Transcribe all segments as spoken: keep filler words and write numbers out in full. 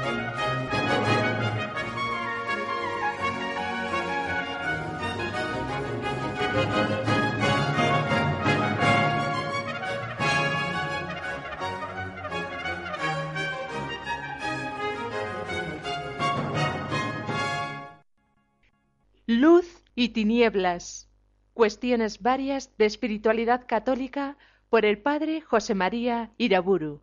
Luz y tinieblas. Cuestiones varias de espiritualidad católica por el padre José María Iraburu.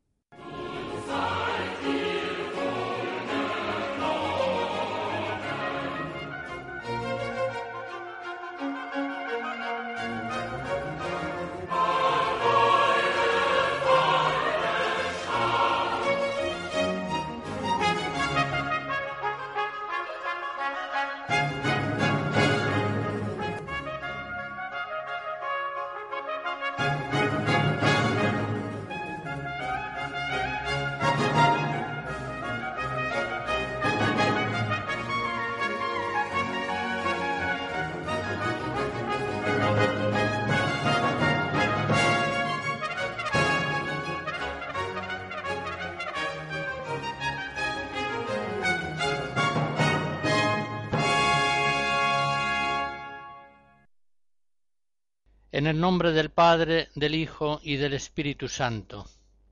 En el nombre del Padre, del Hijo y del Espíritu Santo.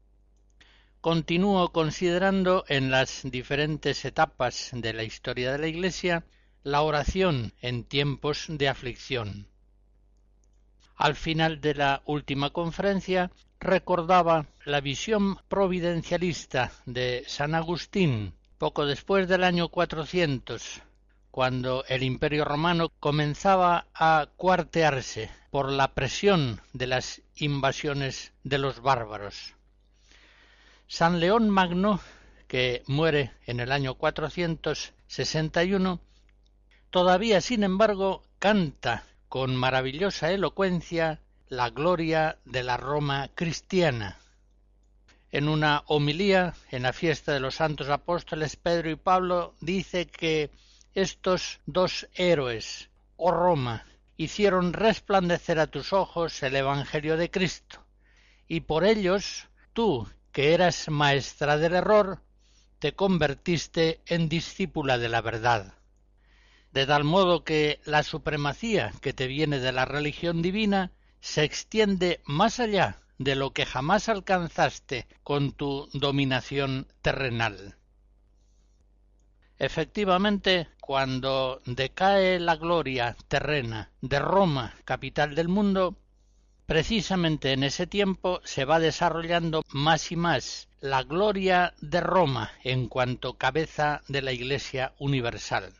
Continúo considerando en las diferentes etapas de la historia de la Iglesia la oración en tiempos de aflicción. Al final de la última conferencia recordaba la visión providencialista de San Agustín, poco después del año cuatrocientos, cuando el Imperio Romano comenzaba a cuartearse por la presión de las invasiones de los bárbaros. San León Magno, que muere en el año cuatrocientos sesenta y uno, todavía sin embargo canta con maravillosa elocuencia la gloria de la Roma cristiana. En una homilía en la fiesta de los santos apóstoles Pedro y Pablo dice que estos dos héroes, oh Roma, hicieron resplandecer a tus ojos el Evangelio de Cristo, y por ellos, tú, que eras maestra del error, te convertiste en discípula de la verdad. De tal modo que la supremacía que te viene de la religión divina se extiende más allá de lo que jamás alcanzaste con tu dominación terrenal. Efectivamente, cuando decae la gloria terrena de Roma, capital del mundo, precisamente en ese tiempo se va desarrollando más y más la gloria de Roma en cuanto cabeza de la Iglesia universal.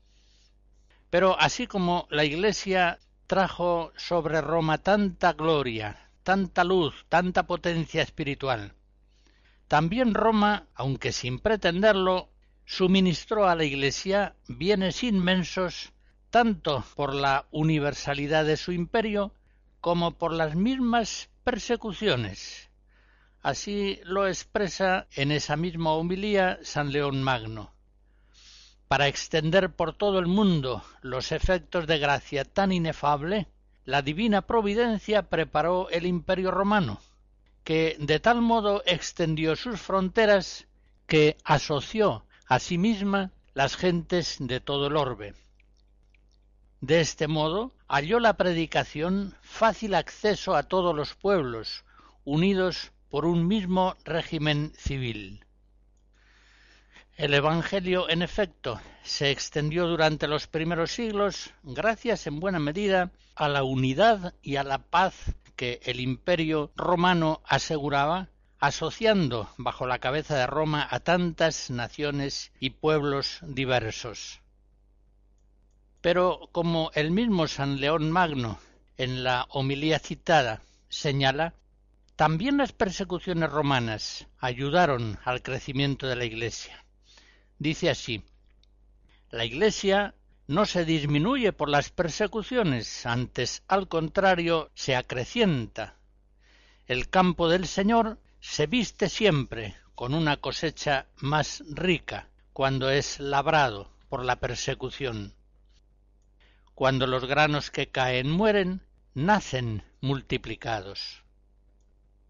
Pero así como la Iglesia trajo sobre Roma tanta gloria, tanta luz, tanta potencia espiritual, también Roma, aunque sin pretenderlo, suministró a la Iglesia bienes inmensos tanto por la universalidad de su imperio como por las mismas persecuciones. Así lo expresa en esa misma homilía San León Magno. Para extender por todo el mundo los efectos de gracia tan inefable, la divina providencia preparó el imperio romano, que de tal modo extendió sus fronteras que asoció a sí misma las gentes de todo el orbe. De este modo halló la predicación fácil acceso a todos los pueblos, unidos por un mismo régimen civil. El Evangelio, en efecto, se extendió durante los primeros siglos gracias en buena medida a la unidad y a la paz que el Imperio romano aseguraba, asociando bajo la cabeza de Roma a tantas naciones y pueblos diversos. Pero como el mismo San León Magno, en la homilía citada, señala, también las persecuciones romanas ayudaron al crecimiento de la Iglesia. Dice así: la Iglesia no se disminuye por las persecuciones, antes, al contrario, se acrecienta. El campo del Señor se viste siempre con una cosecha más rica cuando es labrado por la persecución. Cuando los granos que caen mueren, nacen multiplicados.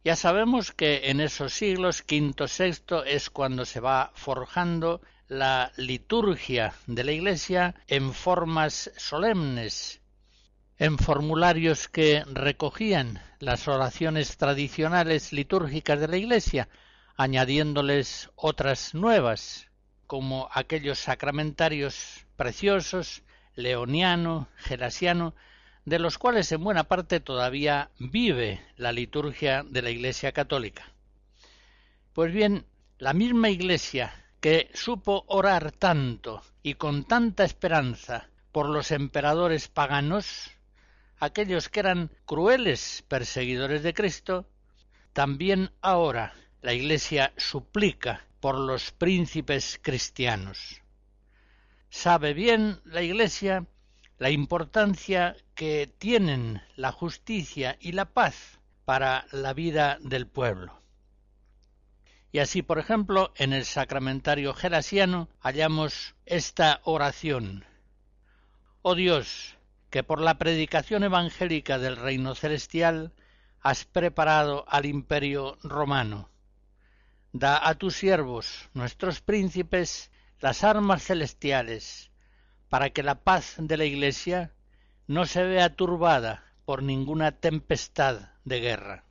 Ya sabemos que en esos siglos quinto, sexto es cuando se va forjando la liturgia de la Iglesia en formas solemnes, en formularios que recogían las oraciones tradicionales litúrgicas de la Iglesia, añadiéndoles otras nuevas, como aquellos sacramentarios preciosos, leoniano, gelasiano, de los cuales en buena parte todavía vive la liturgia de la Iglesia católica. Pues bien, la misma Iglesia que supo orar tanto y con tanta esperanza por los emperadores paganos, aquellos que eran crueles perseguidores de Cristo, también ahora la Iglesia suplica por los príncipes cristianos. Sabe bien la Iglesia la importancia que tienen la justicia y la paz para la vida del pueblo. Y así, por ejemplo, en el sacramentario gelasiano hallamos esta oración: Oh Dios, que por la predicación evangélica del reino celestial has preparado al imperio romano, da a tus siervos, nuestros príncipes, las armas celestiales, para que la paz de la Iglesia no se vea turbada por ninguna tempestad de guerra.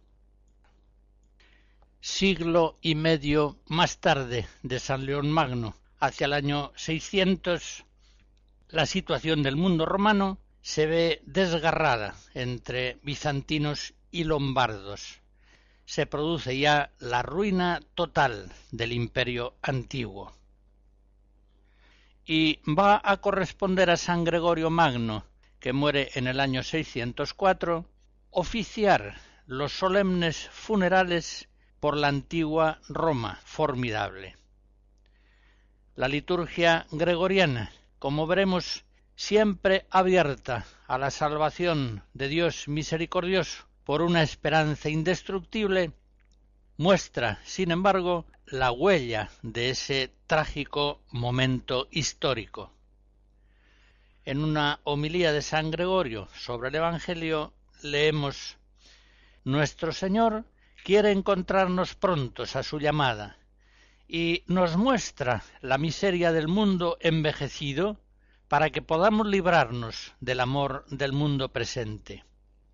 Siglo y medio más tarde de San León Magno, hacia el año seiscientos, la situación del mundo romano se ve desgarrada entre bizantinos y lombardos. Se produce ya la ruina total del imperio antiguo. Y va a corresponder a San Gregorio Magno, que muere en el año seiscientos cuatro, oficiar los solemnes funerales por la antigua Roma formidable. La liturgia gregoriana, como veremos, siempre abierta a la salvación de Dios misericordioso por una esperanza indestructible, muestra, sin embargo, la huella de ese trágico momento histórico. En una homilía de San Gregorio sobre el Evangelio leemos: Nuestro Señor quiere encontrarnos prontos a su llamada y nos muestra la miseria del mundo envejecido para que podamos librarnos del amor del mundo presente.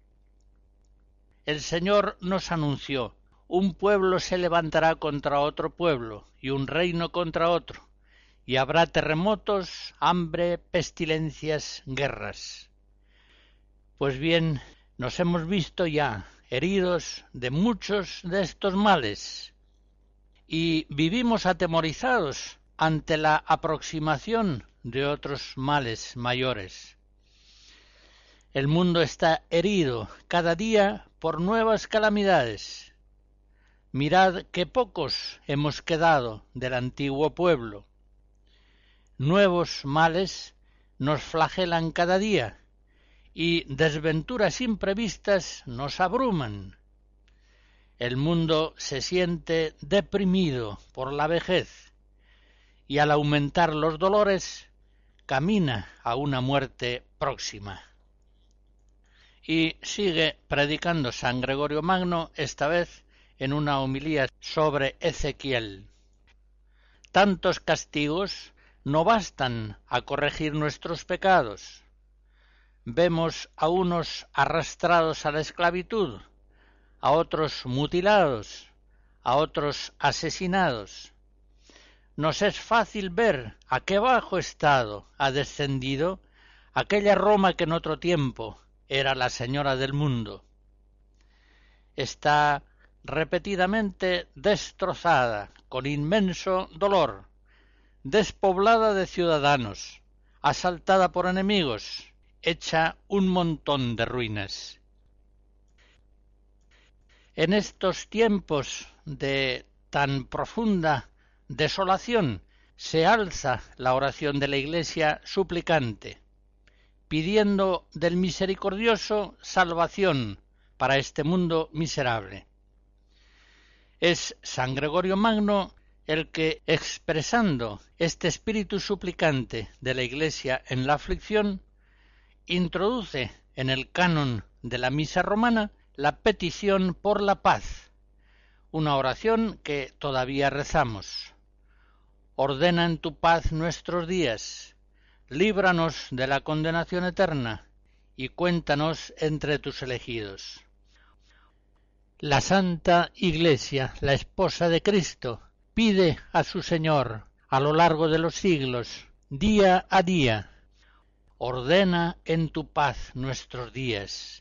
El Señor nos anunció: un pueblo se levantará contra otro pueblo y un reino contra otro, y habrá terremotos, hambre, pestilencias, guerras. Pues bien, nos hemos visto ya heridos de muchos de estos males y vivimos atemorizados ante la aproximación de otros males mayores. El mundo está herido cada día por nuevas calamidades. Mirad qué pocos hemos quedado del antiguo pueblo. Nuevos males nos flagelan cada día y desventuras imprevistas nos abruman. El mundo se siente deprimido por la vejez y al aumentar los dolores camina a una muerte próxima. Y sigue predicando San Gregorio Magno, esta vez en una homilía sobre Ezequiel. Tantos castigos no bastan a corregir nuestros pecados. Vemos a unos arrastrados a la esclavitud, a otros mutilados, a otros asesinados. Nos es fácil ver a qué bajo estado ha descendido aquella Roma que en otro tiempo era la señora del mundo. Está repetidamente destrozada, con inmenso dolor, despoblada de ciudadanos, asaltada por enemigos, hecha un montón de ruinas. En estos tiempos de tan profunda desolación se alza la oración de la Iglesia suplicante, pidiendo del misericordioso salvación para este mundo miserable. Es San Gregorio Magno el que, expresando este espíritu suplicante de la Iglesia en la aflicción, introduce en el canon de la misa romana la petición por la paz, una oración que todavía rezamos. Ordena en tu paz nuestros días, líbranos de la condenación eterna y cuéntanos entre tus elegidos. La Santa Iglesia, la esposa de Cristo, pide a su Señor a lo largo de los siglos, día a día, ordena en tu paz nuestros días.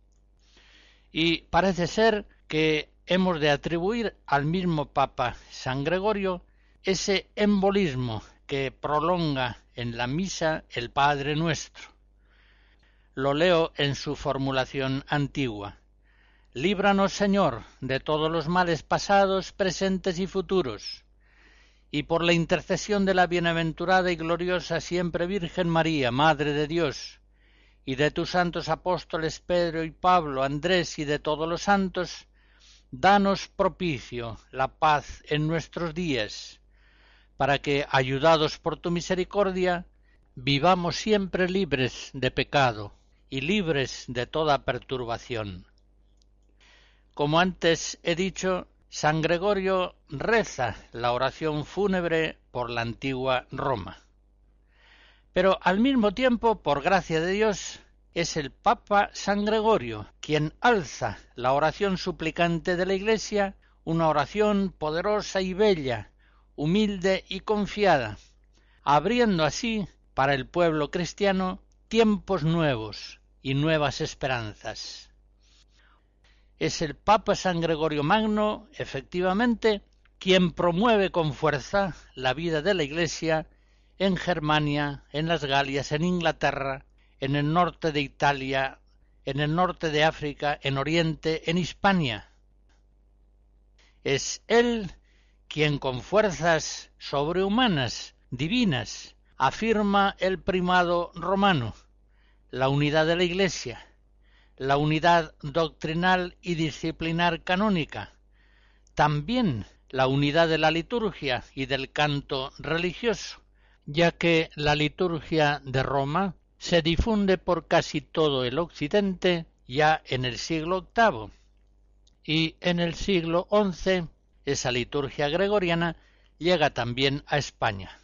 Y parece ser que hemos de atribuir al mismo Papa San Gregorio ese embolismo que prolonga en la misa el Padre Nuestro. Lo leo en su formulación antigua. Líbranos, Señor, de todos los males pasados, presentes y futuros, y por la intercesión de la bienaventurada y gloriosa siempre Virgen María, Madre de Dios, y de tus santos apóstoles Pedro y Pablo, Andrés y de todos los santos, danos propicio la paz en nuestros días, para que, ayudados por tu misericordia, vivamos siempre libres de pecado y libres de toda perturbación. Como antes he dicho, San Gregorio reza la oración fúnebre por la antigua Roma. Pero al mismo tiempo, por gracia de Dios, es el Papa San Gregorio quien alza la oración suplicante de la Iglesia, una oración poderosa y bella, humilde y confiada, abriendo así para el pueblo cristiano tiempos nuevos y nuevas esperanzas. Es el Papa San Gregorio Magno, efectivamente, quien promueve con fuerza la vida de la Iglesia en Germania, en las Galias, en Inglaterra, en el norte de Italia, en el norte de África, en Oriente, en Hispania. Es él quien con fuerzas sobrehumanas, divinas, afirma el primado romano, la unidad de la Iglesia, la unidad doctrinal y disciplinar canónica, también la unidad de la liturgia y del canto religioso, ya que la liturgia de Roma se difunde por casi todo el occidente ya en el siglo octavo, y en el siglo once esa liturgia gregoriana llega también a España.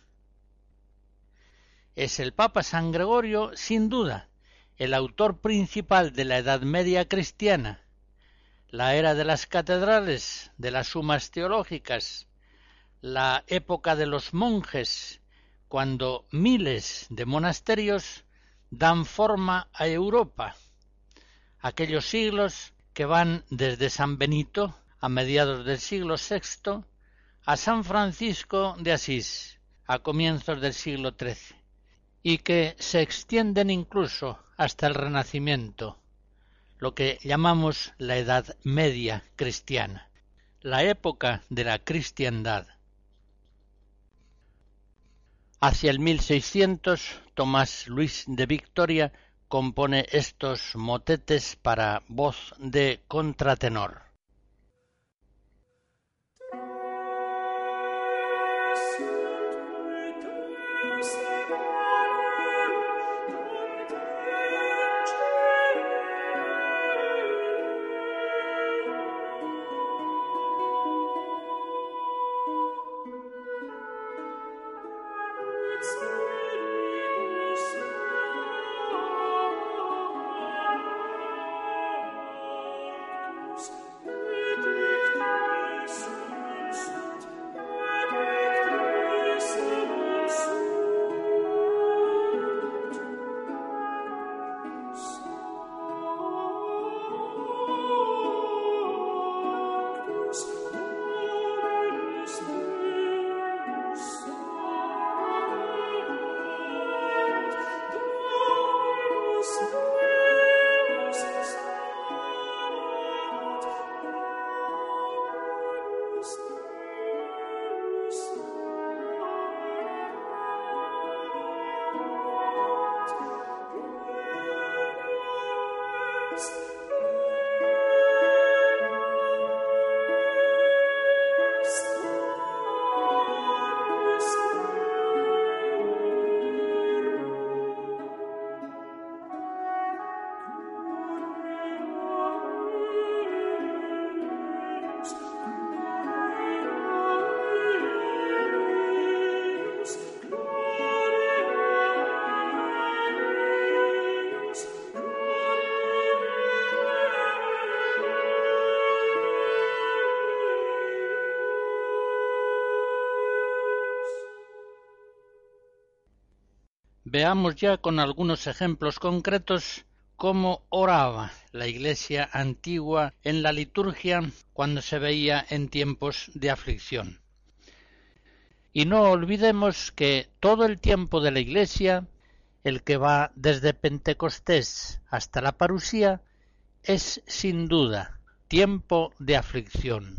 Es el Papa San Gregorio, sin duda, el autor principal de la Edad Media cristiana, la era de las catedrales, de las sumas teológicas, la época de los monjes, cuando miles de monasterios dan forma a Europa, aquellos siglos que van desde San Benito, a mediados del siglo sexto, a San Francisco de Asís, a comienzos del siglo trece, y que se extienden incluso hasta el Renacimiento, lo que llamamos la Edad Media cristiana, la época de la cristiandad. Hacia el mil seiscientos, Tomás Luis de Victoria compone estos motetes para voz de contratenor. Thank you. Veamos ya con algunos ejemplos concretos cómo oraba la Iglesia antigua en la liturgia cuando se veía en tiempos de aflicción. Y no olvidemos que todo el tiempo de la Iglesia, el que va desde Pentecostés hasta la parusía, es sin duda tiempo de aflicción.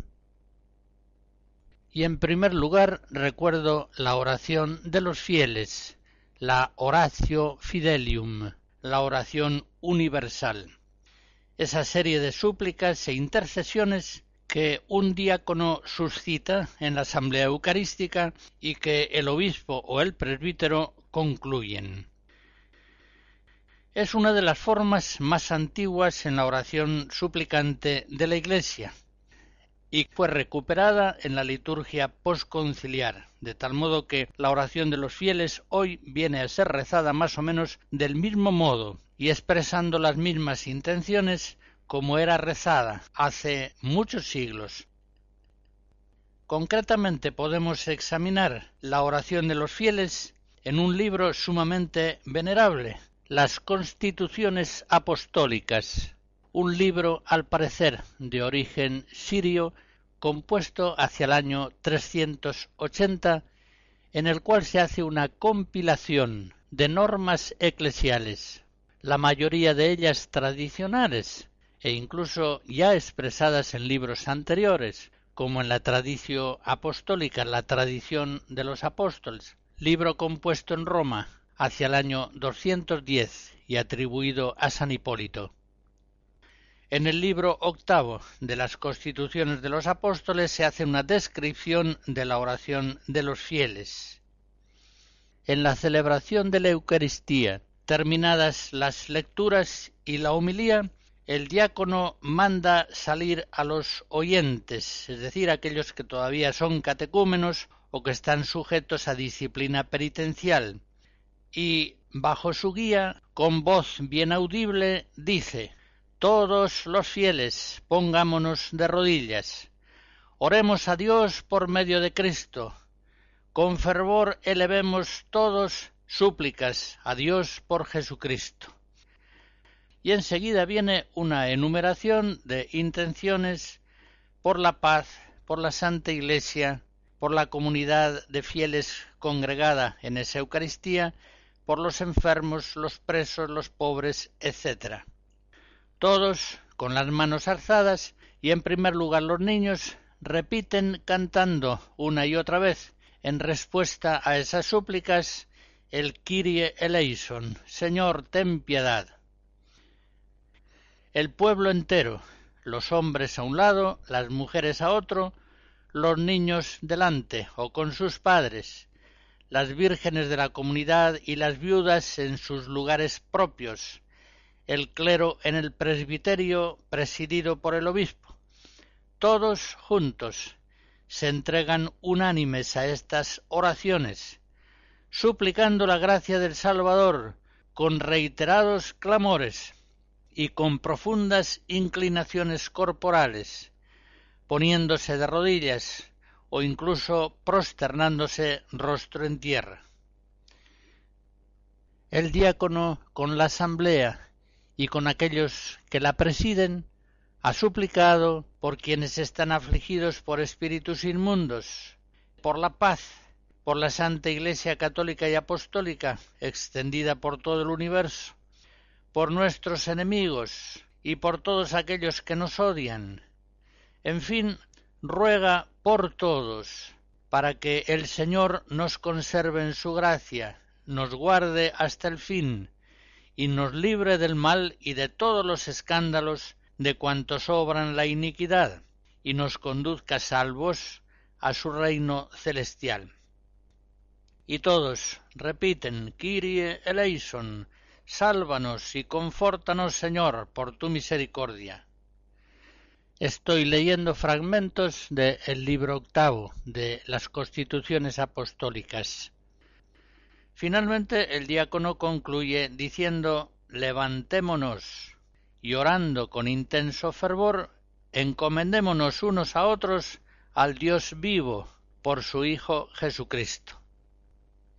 Y en primer lugar recuerdo la oración de los fieles, la Oratio Fidelium, la oración universal. Esa serie de súplicas e intercesiones que un diácono suscita en la asamblea eucarística y que el obispo o el presbítero concluyen. Es una de las formas más antiguas en la oración suplicante de la Iglesia y fue recuperada en la liturgia posconciliar, de tal modo que la oración de los fieles hoy viene a ser rezada más o menos del mismo modo y expresando las mismas intenciones como era rezada hace muchos siglos. Concretamente podemos examinar la oración de los fieles en un libro sumamente venerable, Las Constituciones Apostólicas, un libro al parecer de origen sirio, compuesto hacia el año trescientos ochenta, en el cual se hace una compilación de normas eclesiales, la mayoría de ellas tradicionales, e incluso ya expresadas en libros anteriores, como en la tradición apostólica, la tradición de los apóstoles, libro compuesto en Roma hacia el año doscientos diez y atribuido a San Hipólito. En el libro octavo de las Constituciones de los Apóstoles se hace una descripción de la oración de los fieles. En la celebración de la Eucaristía, terminadas las lecturas y la homilía, el diácono manda salir a los oyentes, es decir, aquellos que todavía son catecúmenos o que están sujetos a disciplina penitencial, y bajo su guía, con voz bien audible, dice: todos los fieles pongámonos de rodillas, oremos a Dios por medio de Cristo, con fervor elevemos todos súplicas a Dios por Jesucristo. Y enseguida viene una enumeración de intenciones por la paz, por la Santa Iglesia, por la comunidad de fieles congregada en esa Eucaristía, por los enfermos, los presos, los pobres, etcétera. Todos, con las manos alzadas, y en primer lugar los niños, repiten cantando una y otra vez, en respuesta a esas súplicas, el Kyrie eleison, Señor, ten piedad. El pueblo entero, los hombres a un lado, las mujeres a otro, los niños delante o con sus padres, las vírgenes de la comunidad y las viudas en sus lugares propios, el clero en el presbiterio presidido por el obispo. Todos juntos se entregan unánimes a estas oraciones, suplicando la gracia del Salvador con reiterados clamores y con profundas inclinaciones corporales, poniéndose de rodillas o incluso prosternándose rostro en tierra. El diácono, con la asamblea y con aquellos que la presiden, ha suplicado por quienes están afligidos por espíritus inmundos, por la paz, por la Santa Iglesia Católica y Apostólica, extendida por todo el universo, por nuestros enemigos y por todos aquellos que nos odian. En fin, ruega por todos, para que el Señor nos conserve en su gracia, nos guarde hasta el fin, y nos libre del mal y de todos los escándalos de cuantos obran la iniquidad, y nos conduzca salvos a su reino celestial. Y todos repiten: Kyrie eleison, sálvanos y confórtanos, Señor, por tu misericordia. Estoy leyendo fragmentos del libro octavo de las Constituciones Apostólicas. Finalmente el diácono concluye diciendo: levantémonos y orando con intenso fervor, encomendémonos unos a otros al Dios vivo por su Hijo Jesucristo.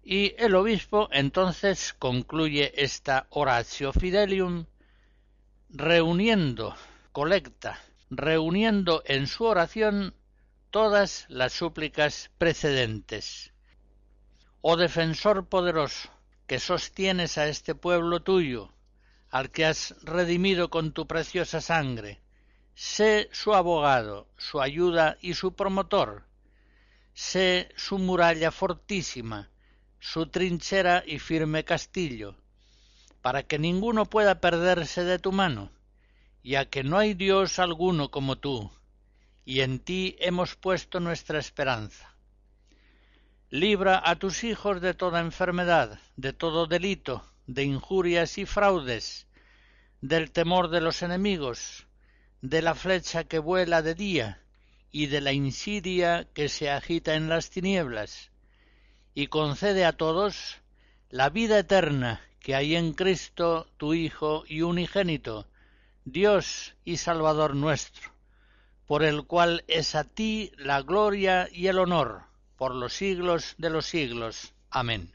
Y el obispo entonces concluye esta Oratio Fidelium reuniendo, colecta, reuniendo en su oración todas las súplicas precedentes. Oh defensor poderoso, que sostienes a este pueblo tuyo, al que has redimido con tu preciosa sangre, sé su abogado, su ayuda y su promotor, sé su muralla fortísima, su trinchera y firme castillo, para que ninguno pueda perderse de tu mano, ya que no hay Dios alguno como tú, y en ti hemos puesto nuestra esperanza. Libra a tus hijos de toda enfermedad, de todo delito, de injurias y fraudes, del temor de los enemigos, de la flecha que vuela de día y de la insidia que se agita en las tinieblas, y concede a todos la vida eterna que hay en Cristo, tu Hijo y unigénito, Dios y Salvador nuestro, por el cual es a ti la gloria y el honor, por los siglos de los siglos. Amén.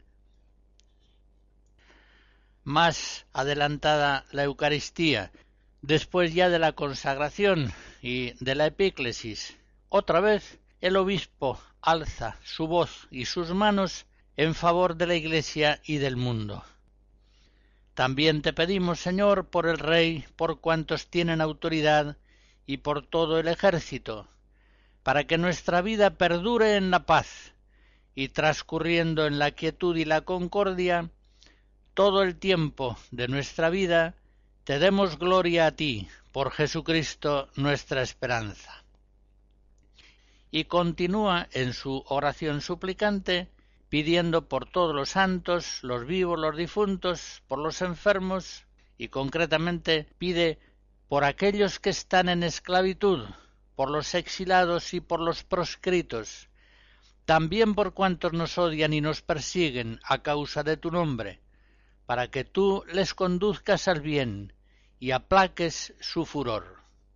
Más adelantada la Eucaristía, después ya de la consagración y de la epíclesis, otra vez el obispo alza su voz y sus manos en favor de la Iglesia y del mundo. También te pedimos, Señor, por el Rey, por cuantos tienen autoridad y por todo el ejército, para que nuestra vida perdure en la paz y transcurriendo en la quietud y la concordia, todo el tiempo de nuestra vida te demos gloria a ti, por Jesucristo nuestra esperanza. Y continúa en su oración suplicante, pidiendo por todos los santos, los vivos, los difuntos, por los enfermos, y concretamente pide por aquellos que están en esclavitud, por los exilados y por los proscritos, también por cuantos nos odian y nos persiguen a causa de tu nombre, para que tú les conduzcas al bien y aplaques su furor.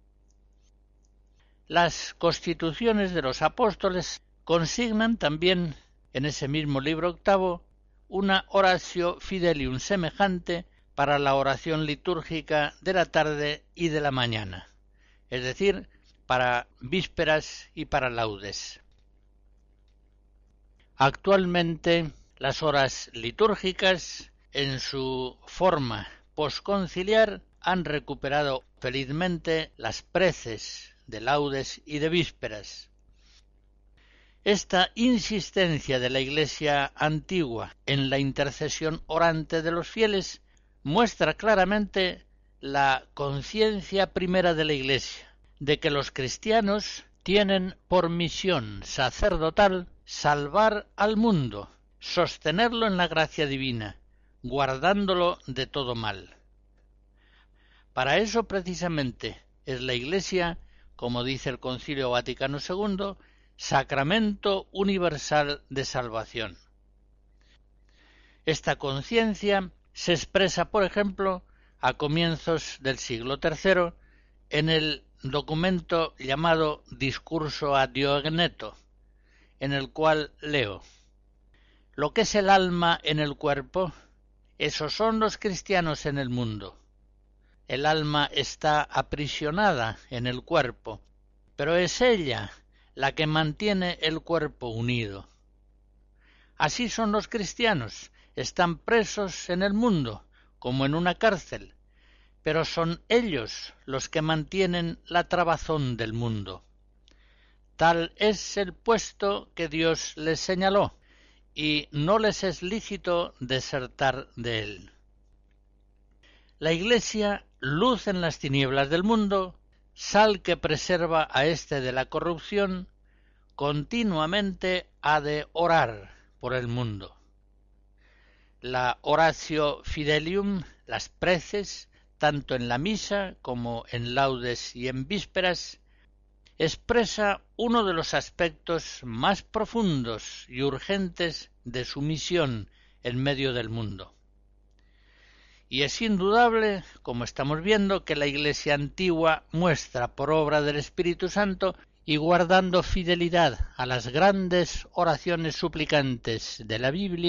Las constituciones de los apóstoles consignan también en ese mismo libro octavo una Oratio Fidelium semejante para la oración litúrgica de la tarde y de la mañana, es decir, para vísperas y para laudes. Actualmente las horas litúrgicas en su forma posconciliar han recuperado felizmente las preces de laudes y de vísperas. Esta insistencia de la Iglesia antigua en la intercesión orante de los fieles muestra claramente la conciencia primera de la Iglesia, de que los cristianos tienen por misión sacerdotal salvar al mundo, sostenerlo en la gracia divina, guardándolo de todo mal. Para eso precisamente es la Iglesia, como dice el Concilio Vaticano segundo, sacramento universal de salvación. Esta conciencia se expresa, por ejemplo, a comienzos del siglo tercero en el documento llamado Discurso ad Diogneto, en el cual leo: lo que es el alma en el cuerpo, esos son los cristianos en el mundo. El alma está aprisionada en el cuerpo, pero es ella la que mantiene el cuerpo unido. Así son los cristianos, están presos en el mundo, como en una cárcel, pero son ellos los que mantienen la trabazón del mundo. Tal es el puesto que Dios les señaló, y no les es lícito desertar de él. La Iglesia, luz en las tinieblas del mundo, sal que preserva a éste de la corrupción, continuamente ha de orar por el mundo. La Oratio Fidelium, las preces, tanto en la misa como en laudes y en vísperas, expresa uno de los aspectos más profundos y urgentes de su misión en medio del mundo. Y es indudable, como estamos viendo, que la Iglesia antigua muestra por obra del Espíritu Santo y guardando fidelidad a las grandes oraciones suplicantes de la Biblia,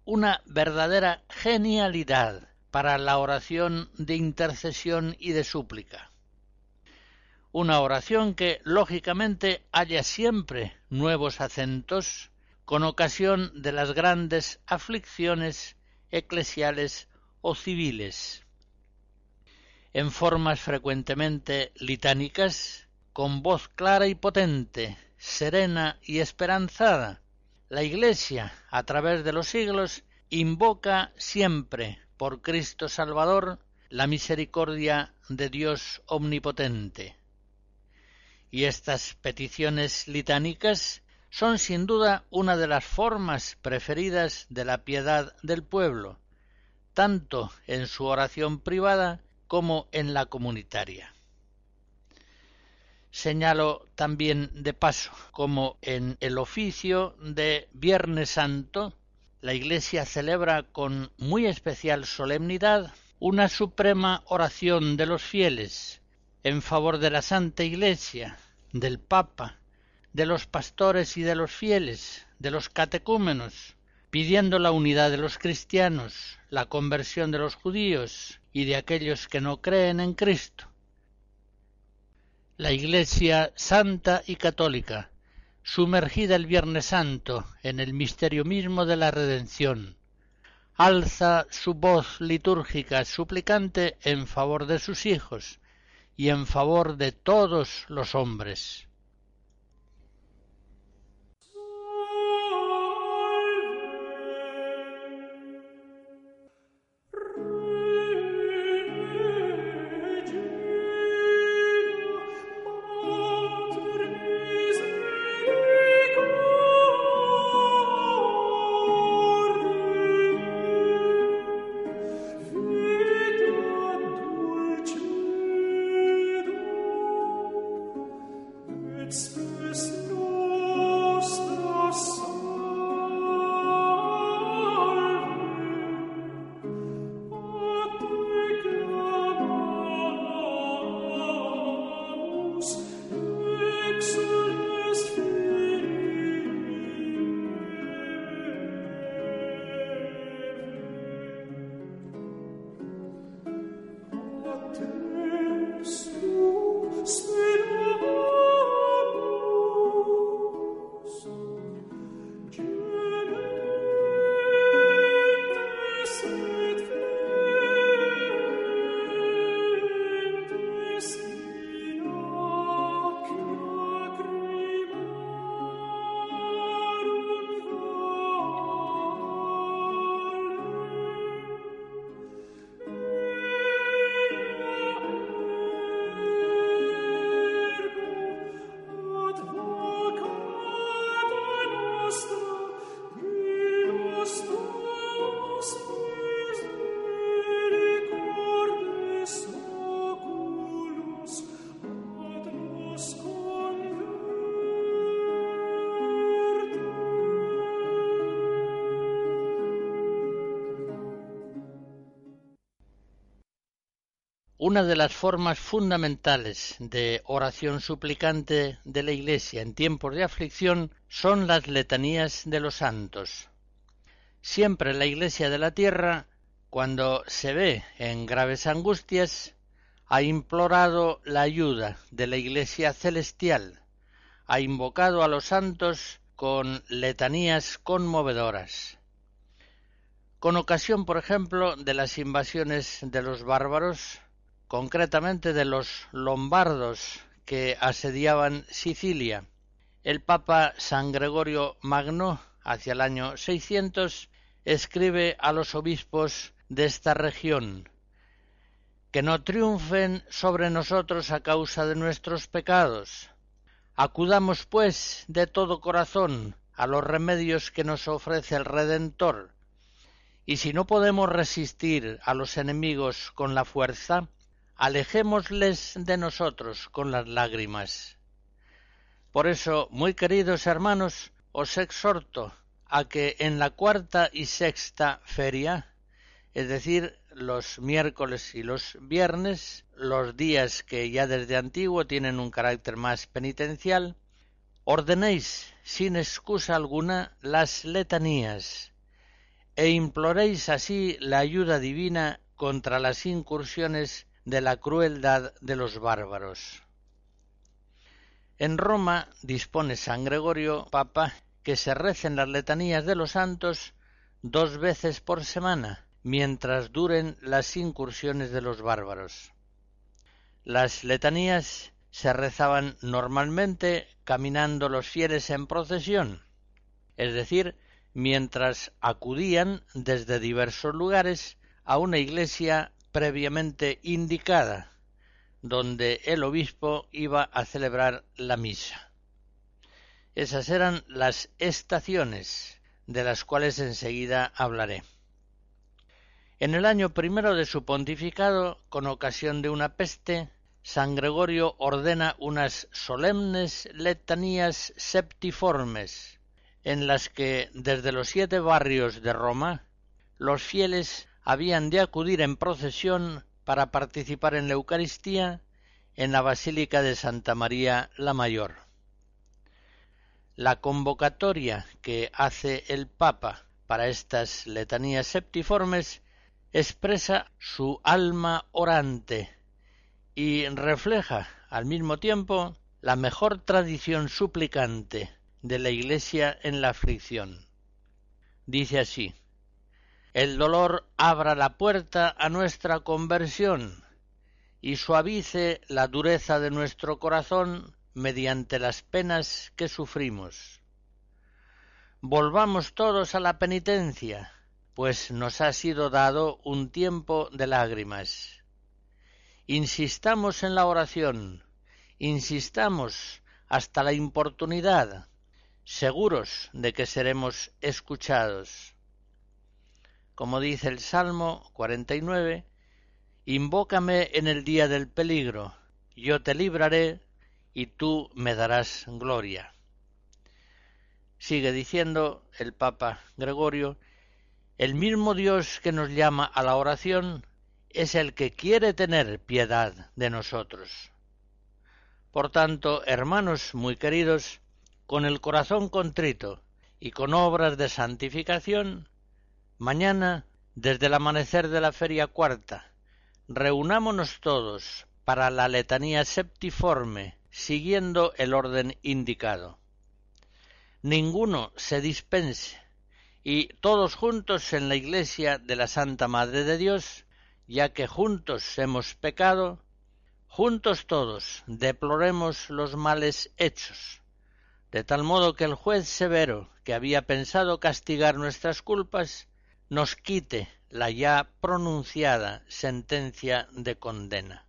una verdadera genialidad para la oración de intercesión y de súplica. Una oración que, lógicamente, halla siempre nuevos acentos con ocasión de las grandes aflicciones eclesiales o civiles. En formas frecuentemente litánicas, con voz clara y potente, serena y esperanzada, la Iglesia, a través de los siglos, invoca siempre, por Cristo Salvador, la misericordia de Dios omnipotente. Y estas peticiones litánicas son sin duda una de las formas preferidas de la piedad del pueblo, tanto en su oración privada como en la comunitaria. Señalo también de paso como en el oficio de Viernes Santo la Iglesia celebra con muy especial solemnidad una suprema oración de los fieles en favor de la Santa Iglesia, del Papa, de los pastores y de los fieles, de los catecúmenos, pidiendo la unidad de los cristianos, la conversión de los judíos y de aquellos que no creen en Cristo. La Iglesia santa y católica, sumergida el Viernes Santo en el misterio mismo de la redención, alza su voz litúrgica suplicante en favor de sus hijos y en favor de todos los hombres. Una de las formas fundamentales de oración suplicante de la Iglesia en tiempos de aflicción son las letanías de los santos. Siempre la Iglesia de la tierra, cuando se ve en graves angustias, ha implorado la ayuda de la Iglesia celestial, ha invocado a los santos con letanías conmovedoras. Con ocasión, por ejemplo, de las invasiones de los bárbaros, concretamente de los lombardos que asediaban Sicilia, el Papa San Gregorio Magno, hacia el año seiscientos, escribe a los obispos de esta región: que no triunfen sobre nosotros a causa de nuestros pecados. Acudamos, pues, de todo corazón a los remedios que nos ofrece el Redentor, y si no podemos resistir a los enemigos con la fuerza, alejémosles de nosotros con las lágrimas. Por eso, muy queridos hermanos, os exhorto a que en la cuarta y sexta feria, es decir, los miércoles y los viernes, los días que ya desde antiguo tienen un carácter más penitencial, ordenéis sin excusa alguna las letanías, e imploréis así la ayuda divina contra las incursiones de la crueldad de los bárbaros. En Roma dispone San Gregorio, Papa, que se recen las letanías de los santos dos veces por semana, mientras duren las incursiones de los bárbaros. Las letanías se rezaban normalmente caminando los fieles en procesión, es decir, mientras acudían desde diversos lugares a una iglesia previamente indicada, donde el obispo iba a celebrar la misa. Esas eran las estaciones, de las cuales enseguida hablaré. En el año primero de su pontificado, con ocasión de una peste, San Gregorio ordena unas solemnes letanías septiformes, en las que desde los siete barrios de Roma los fieles habían de acudir en procesión para participar en la Eucaristía en la Basílica de Santa María la Mayor. La convocatoria que hace el Papa para estas letanías septiformes expresa su alma orante y refleja al mismo tiempo la mejor tradición suplicante de la Iglesia en la aflicción. Dice así: el dolor abra la puerta a nuestra conversión y suavice la dureza de nuestro corazón mediante las penas que sufrimos. Volvamos todos a la penitencia, pues nos ha sido dado un tiempo de lágrimas. Insistamos en la oración, insistamos hasta la importunidad, seguros de que seremos escuchados. Como dice el Salmo cuarenta y nueve, invócame en el día del peligro, yo te libraré y tú me darás gloria. Sigue diciendo el Papa Gregorio, el mismo Dios que nos llama a la oración es el que quiere tener piedad de nosotros. Por tanto, hermanos muy queridos, con el corazón contrito y con obras de santificación, mañana, desde el amanecer de la feria cuarta, reunámonos todos para la letanía septiforme, siguiendo el orden indicado. Ninguno se dispense, y todos juntos en la iglesia de la Santa Madre de Dios, ya que juntos hemos pecado, juntos todos deploremos los males hechos, de tal modo que el juez severo, que había pensado castigar nuestras culpas, nos quite la ya pronunciada sentencia de condena.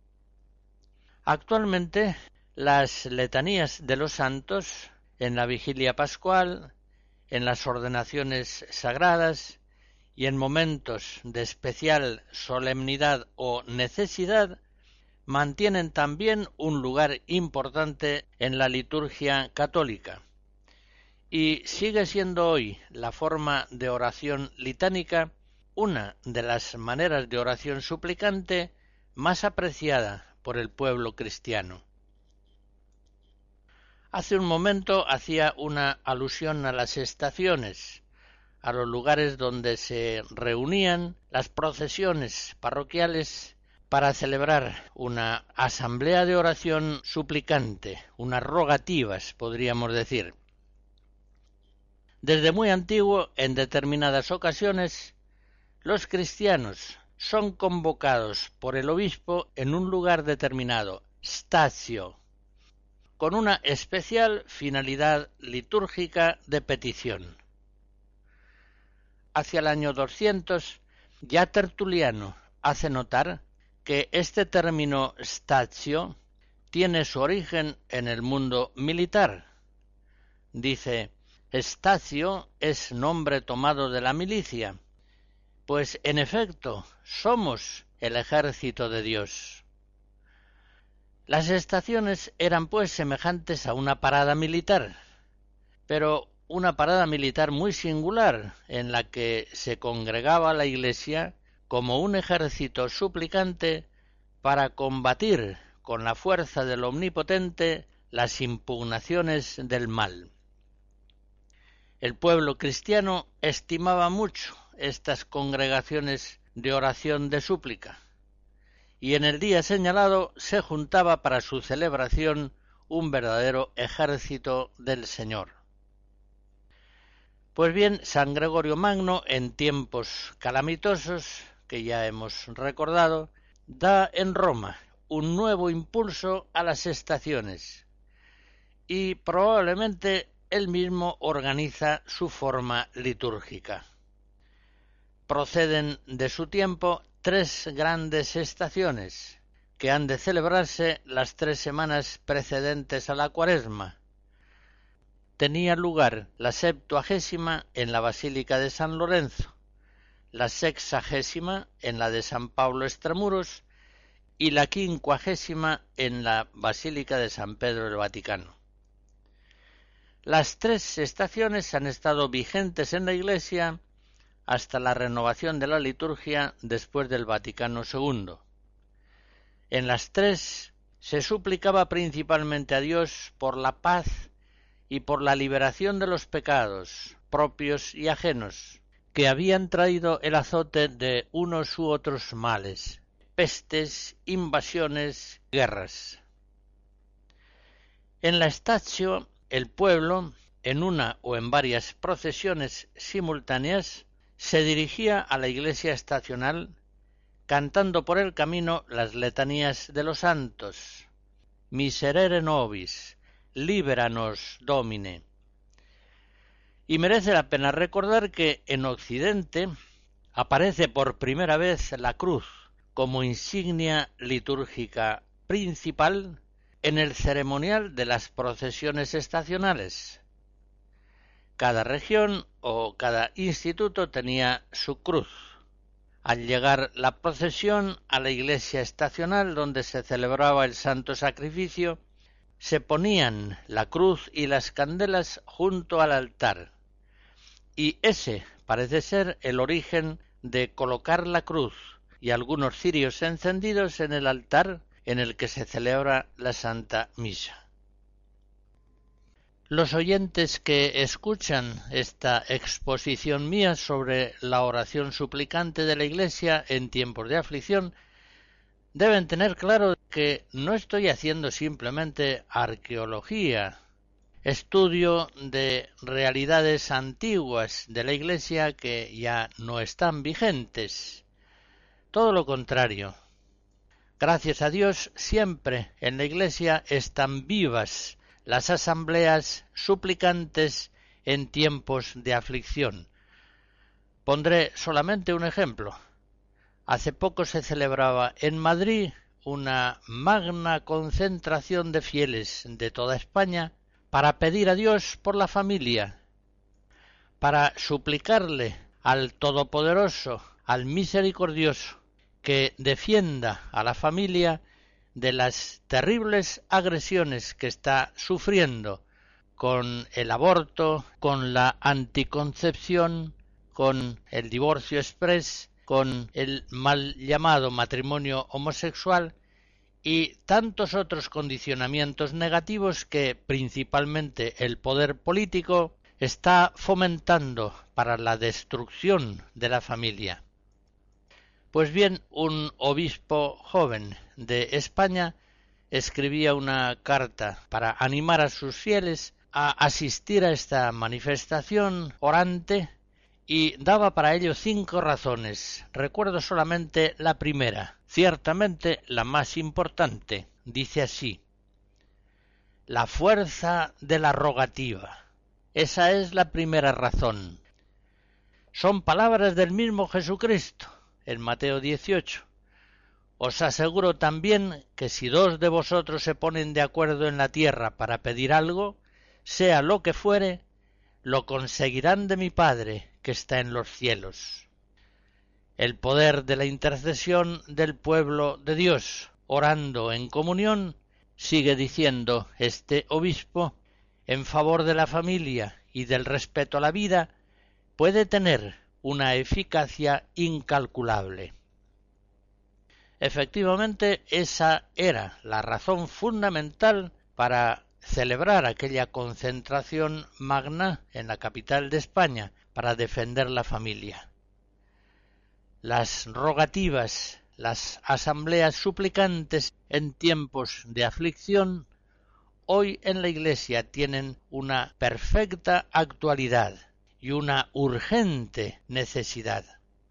Actualmente, las letanías de los santos, en la vigilia pascual, en las ordenaciones sagradas y en momentos de especial solemnidad o necesidad, mantienen también un lugar importante en la liturgia católica, y sigue siendo hoy la forma de oración litánica una de las maneras de oración suplicante más apreciada por el pueblo cristiano. Hace un momento hacía una alusión a las estaciones, a los lugares donde se reunían las procesiones parroquiales para celebrar una asamblea de oración suplicante, unas rogativas, podríamos decir. Desde muy antiguo, en determinadas ocasiones, los cristianos son convocados por el obispo en un lugar determinado, statio, con una especial finalidad litúrgica de petición. Hacia el año doscientos, ya Tertuliano hace notar que este término statio tiene su origen en el mundo militar. Dice, statio es nombre tomado de la milicia, pues en efecto somos el ejército de Dios. Las estaciones eran pues semejantes a una parada militar, pero una parada militar muy singular, en la que se congregaba la Iglesia como un ejército suplicante para combatir con la fuerza del Omnipotente las impugnaciones del mal. El pueblo cristiano estimaba mucho estas congregaciones de oración de súplica, y en el día señalado se juntaba para su celebración un verdadero ejército del Señor. Pues bien, San Gregorio Magno, en tiempos calamitosos, que ya hemos recordado, da en Roma un nuevo impulso a las estaciones, y probablemente él mismo organiza su forma litúrgica. Proceden de su tiempo tres grandes estaciones, que han de celebrarse las tres semanas precedentes a la Cuaresma. Tenía lugar la septuagésima en la Basílica de San Lorenzo, la sexagésima en la de San Pablo Extramuros y la quincuagésima en la Basílica de San Pedro del Vaticano. Las tres estaciones han estado vigentes en la Iglesia hasta la renovación de la liturgia después del Vaticano segundo. En las tres se suplicaba principalmente a Dios por la paz y por la liberación de los pecados, propios y ajenos, que habían traído el azote de unos u otros males, pestes, invasiones, guerras. En la Statio, el pueblo, en una o en varias procesiones simultáneas, se dirigía a la iglesia estacional cantando por el camino las letanías de los santos, Miserere nobis, liberanos Domine. Y merece la pena recordar que en Occidente aparece por primera vez la cruz como insignia litúrgica principal en el ceremonial de las procesiones estacionales. Cada región o cada instituto tenía su cruz. Al llegar la procesión a la iglesia estacional donde se celebraba el santo sacrificio, se ponían la cruz y las candelas junto al altar, y ese parece ser el origen de colocar la cruz y algunos cirios encendidos en el altar en el que se celebra la Santa Misa. Los oyentes que escuchan esta exposición mía sobre la oración suplicante de la Iglesia en tiempos de aflicción deben tener claro que no estoy haciendo simplemente arqueología, estudio de realidades antiguas de la Iglesia que ya no están vigentes. Todo lo contrario. Gracias a Dios, siempre en la Iglesia están vivas las asambleas suplicantes en tiempos de aflicción. Pondré solamente un ejemplo. Hace poco se celebraba en Madrid una magna concentración de fieles de toda España para pedir a Dios por la familia, para suplicarle al Todopoderoso, al Misericordioso, que defienda a la familia de las terribles agresiones que está sufriendo con el aborto, con la anticoncepción, con el divorcio exprés, con el mal llamado matrimonio homosexual y tantos otros condicionamientos negativos que principalmente el poder político está fomentando para la destrucción de la familia. Pues bien, un obispo joven de España escribía una carta para animar a sus fieles a asistir a esta manifestación orante y daba para ello cinco razones. Recuerdo solamente la primera, ciertamente la más importante. Dice así: la fuerza de la rogativa. Esa es la primera razón. Son palabras del mismo Jesucristo en Mateo dieciocho. Os aseguro también que si dos de vosotros se ponen de acuerdo en la tierra para pedir algo, sea lo que fuere, lo conseguirán de mi Padre que está en los cielos. El poder de la intercesión del pueblo de Dios, orando en comunión, sigue diciendo este obispo, en favor de la familia y del respeto a la vida, puede tener una eficacia incalculable. Efectivamente, esa era la razón fundamental para celebrar aquella concentración magna en la capital de España para defender la familia. Las rogativas, las asambleas suplicantes en tiempos de aflicción, hoy en la Iglesia tienen una perfecta actualidad y una urgente necesidad.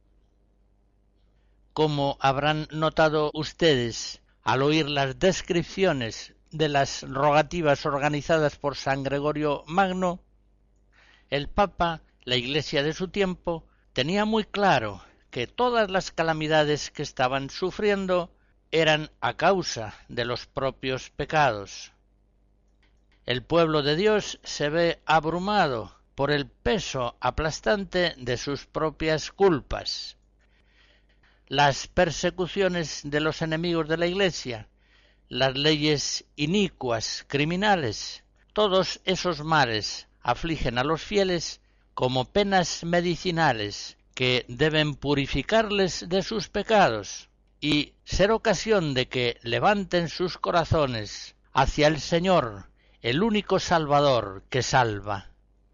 Como habrán notado ustedes al oír las descripciones de las rogativas organizadas por San Gregorio Magno, el Papa, la Iglesia de su tiempo, tenía muy claro que todas las calamidades que estaban sufriendo eran a causa de los propios pecados. El pueblo de Dios se ve abrumado por el peso aplastante de sus propias culpas. Las persecuciones de los enemigos de la Iglesia, las leyes inicuas, criminales, todos esos males afligen a los fieles como penas medicinales que deben purificarles de sus pecados y ser ocasión de que levanten sus corazones hacia el Señor, el único Salvador que salva.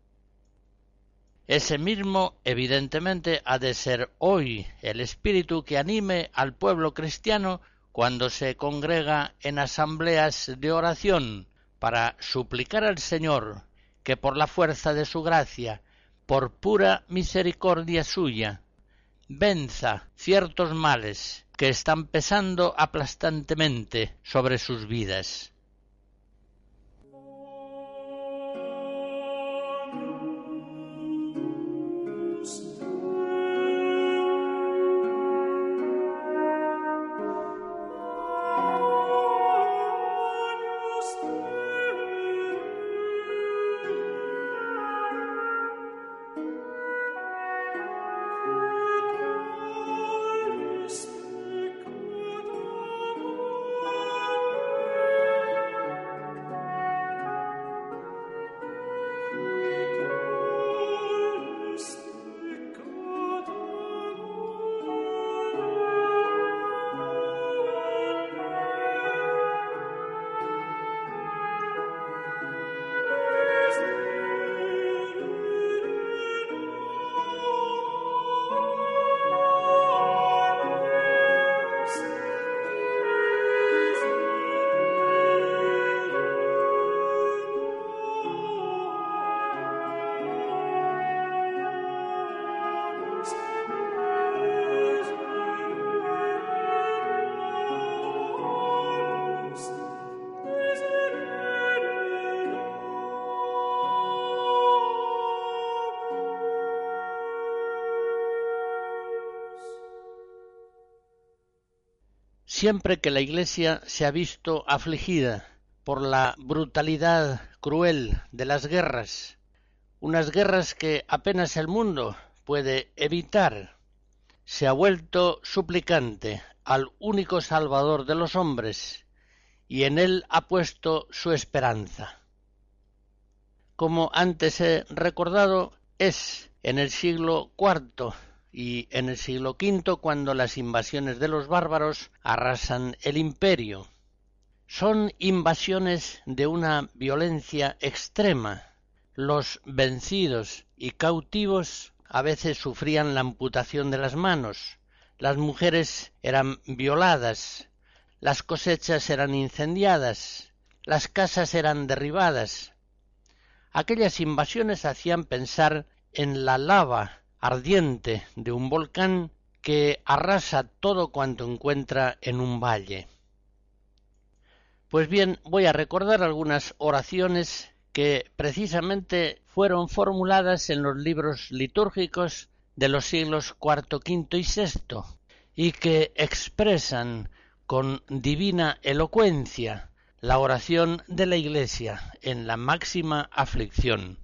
Ese mismo, evidentemente, ha de ser hoy el espíritu que anime al pueblo cristiano cuando se congrega en asambleas de oración para suplicar al Señor que por la fuerza de su gracia, por pura misericordia suya, venza ciertos males que están pesando aplastantemente sobre sus vidas. Siempre que la Iglesia se ha visto afligida por la brutalidad cruel de las guerras, unas guerras que apenas el mundo puede evitar, se ha vuelto suplicante al único Salvador de los hombres y en él ha puesto su esperanza. Como antes he recordado, es en el siglo cuarto y en el siglo quinto cuando las invasiones de los bárbaros arrasan el imperio. Son invasiones de una violencia extrema. Los vencidos y cautivos a veces sufrían la amputación de las manos, las mujeres eran violadas, las cosechas eran incendiadas, las casas eran derribadas. Aquellas invasiones hacían pensar en la lava ardiente de un volcán que arrasa todo cuanto encuentra en un valle. Pues bien, voy a recordar algunas oraciones que precisamente fueron formuladas en los libros litúrgicos de los siglos cuarto, quinto y sexto y que expresan con divina elocuencia la oración de la Iglesia en la máxima aflicción.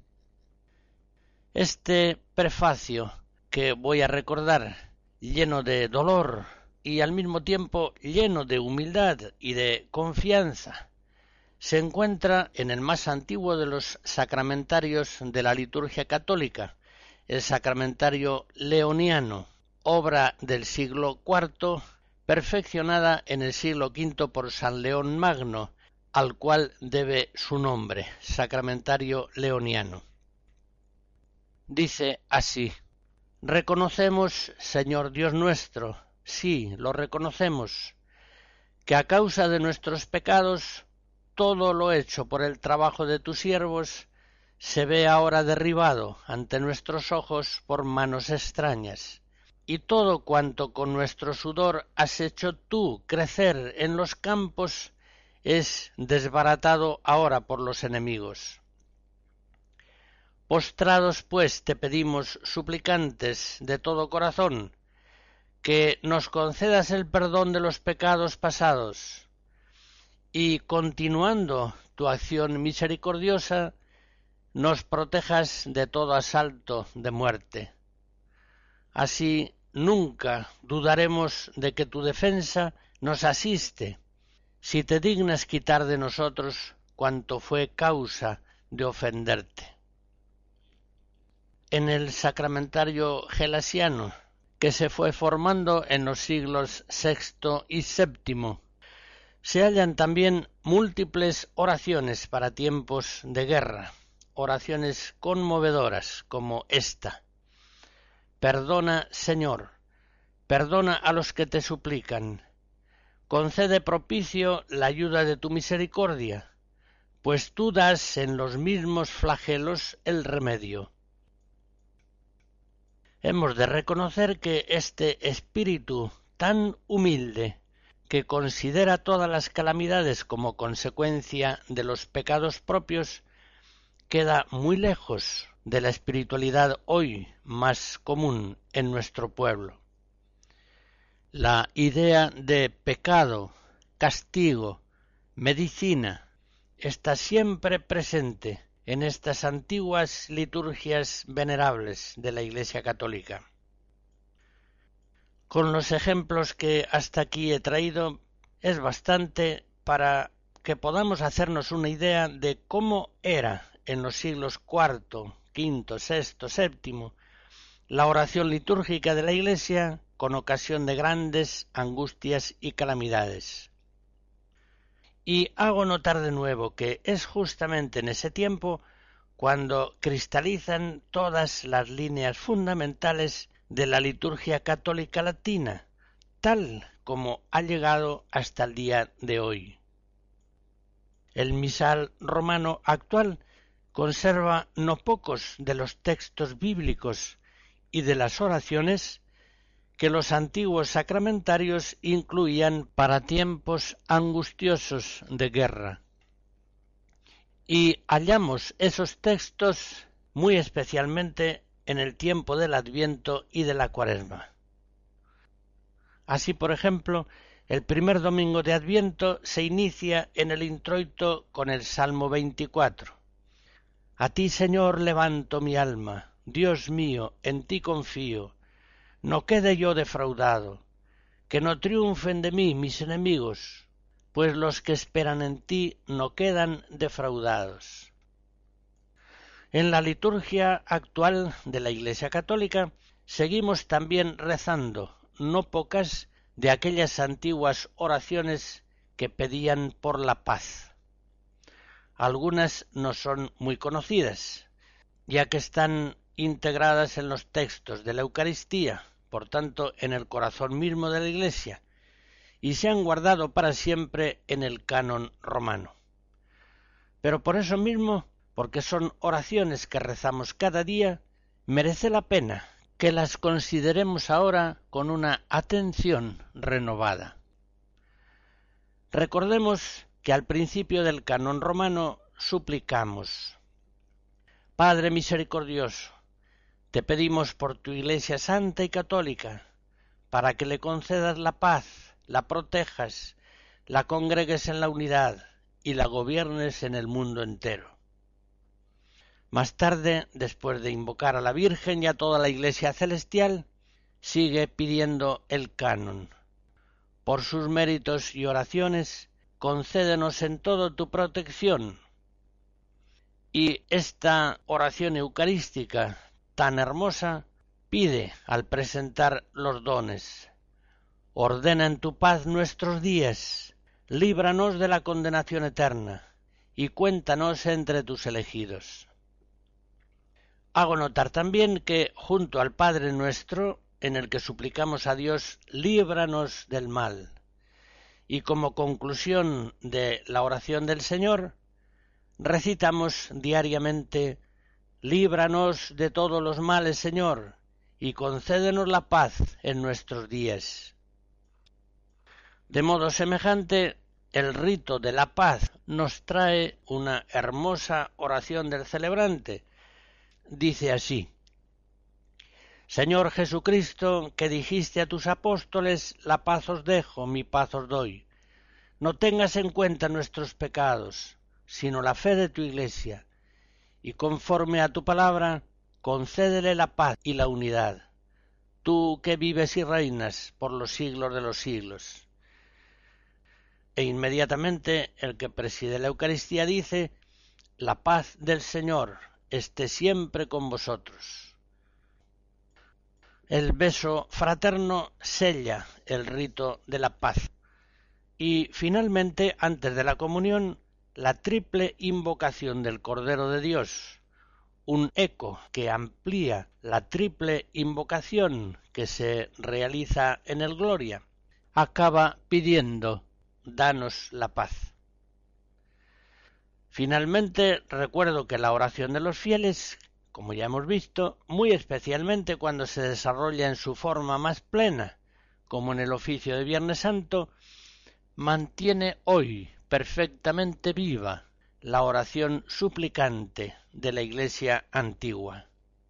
Este prefacio que voy a recordar, lleno de dolor y al mismo tiempo lleno de humildad y de confianza, se encuentra en el más antiguo de los sacramentarios de la liturgia católica, el sacramentario leoniano, obra del siglo cuarto, perfeccionada en el siglo quinto por San León Magno, al cual debe su nombre, Sacramentario Leoniano. Dice así: reconocemos, Señor Dios nuestro, sí, lo reconocemos, que a causa de nuestros pecados, todo lo hecho por el trabajo de tus siervos se ve ahora derribado ante nuestros ojos por manos extrañas, y todo cuanto con nuestro sudor has hecho tú crecer en los campos es desbaratado ahora por los enemigos. Postrados pues te pedimos, suplicantes de todo corazón, que nos concedas el perdón de los pecados pasados, y continuando tu acción misericordiosa, nos protejas de todo asalto de muerte. Así nunca dudaremos de que tu defensa nos asiste, si te dignas quitar de nosotros cuanto fue causa de ofenderte. En el Sacramentario gelasiano, que se fue formando en los siglos sexto y séptimo, se hallan también múltiples oraciones para tiempos de guerra, oraciones conmovedoras como esta: perdona, Señor, perdona a los que te suplican, concede propicio la ayuda de tu misericordia, pues tú das en los mismos flagelos el remedio. Hemos de reconocer que este espíritu tan humilde, que considera todas las calamidades como consecuencia de los pecados propios, queda muy lejos de la espiritualidad hoy más común en nuestro pueblo. La idea de pecado, castigo, medicina, está siempre presente en estas antiguas liturgias venerables de la Iglesia católica. Con los ejemplos que hasta aquí he traído, es bastante para que podamos hacernos una idea de cómo era en los siglos cuarto, quinto, sexto, séptimo la oración litúrgica de la Iglesia con ocasión de grandes angustias y calamidades. Y hago notar de nuevo que es justamente en ese tiempo cuando cristalizan todas las líneas fundamentales de la liturgia católica latina, tal como ha llegado hasta el día de hoy. El misal romano actual conserva no pocos de los textos bíblicos y de las oraciones que los antiguos sacramentarios incluían para tiempos angustiosos de guerra. Y hallamos esos textos muy especialmente en el tiempo del Adviento y de la Cuaresma. Así, por ejemplo, el primer domingo de Adviento se inicia en el introito con el Salmo veinticuatro. A ti, Señor, levanto mi alma, Dios mío, en ti confío. No quede yo defraudado, que no triunfen de mí mis enemigos, pues los que esperan en ti no quedan defraudados. En la liturgia actual de la Iglesia católica seguimos también rezando no pocas de aquellas antiguas oraciones que pedían por la paz. Algunas no son muy conocidas, ya que están integradas en los textos de la Eucaristía, por tanto en el corazón mismo de la Iglesia, y se han guardado para siempre en el canon romano. Pero por eso mismo, porque son oraciones que rezamos cada día, merece la pena que las consideremos ahora con una atención renovada. Recordemos que al principio del canon romano suplicamos: Padre misericordioso, te pedimos por tu Iglesia santa y católica, para que le concedas la paz, la protejas, la congregues en la unidad y la gobiernes en el mundo entero. Más tarde, después de invocar a la Virgen y a toda la Iglesia celestial, sigue pidiendo el canon. Por sus méritos y oraciones, concédenos en todo tu protección. Y esta oración eucarística tan hermosa pide al presentar los dones: ordena en tu paz nuestros días, líbranos de la condenación eterna, y cuéntanos entre tus elegidos. Hago notar también que, junto al Padre Nuestro, en el que suplicamos a Dios, líbranos del mal, y como conclusión de la oración del Señor, recitamos diariamente: líbranos de todos los males, Señor, y concédenos la paz en nuestros días. De modo semejante, el rito de la paz nos trae una hermosa oración del celebrante. Dice así: Señor Jesucristo, que dijiste a tus apóstoles, la paz os dejo, mi paz os doy. No tengas en cuenta nuestros pecados, sino la fe de tu Iglesia, y conforme a tu palabra, concédele la paz y la unidad, tú que vives y reinas por los siglos de los siglos. E inmediatamente el que preside la Eucaristía dice: la paz del Señor esté siempre con vosotros. El beso fraterno sella el rito de la paz. Y finalmente, antes de la comunión, la triple invocación del Cordero de Dios, un eco que amplía la triple invocación que se realiza en el Gloria, acaba pidiendo: danos la paz. Finalmente, recuerdo que la oración de los fieles, como ya hemos visto, muy especialmente cuando se desarrolla en su forma más plena, como en el oficio de Viernes Santo, mantiene hoy perfectamente viva la oración suplicante de la Iglesia antigua.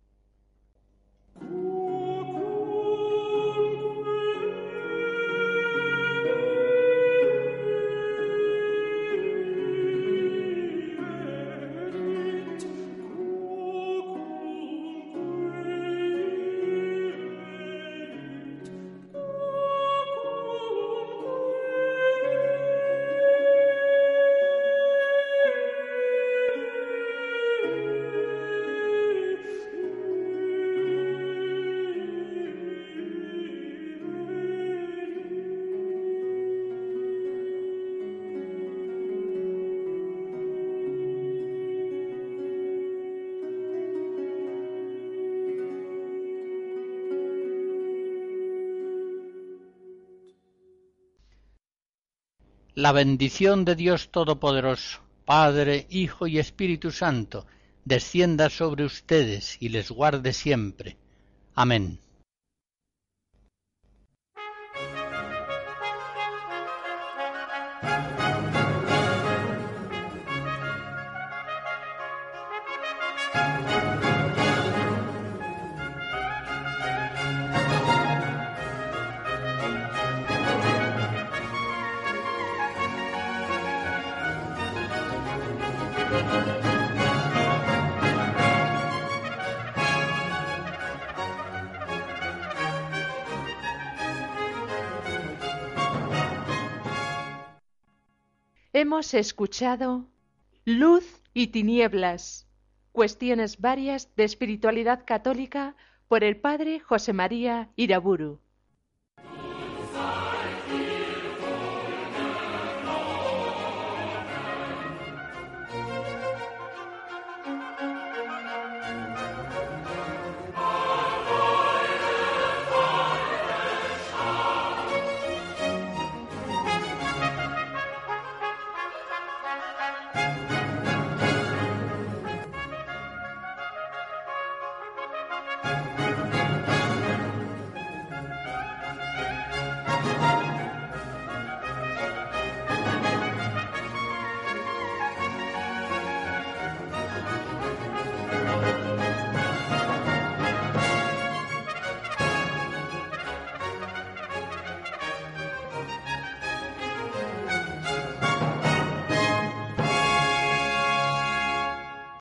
La bendición de Dios Todopoderoso, Padre, Hijo y Espíritu Santo, descienda sobre ustedes y les guarde siempre. Amén. Hemos escuchado Luz y Tinieblas, cuestiones varias de espiritualidad católica por el padre José María Iraburu.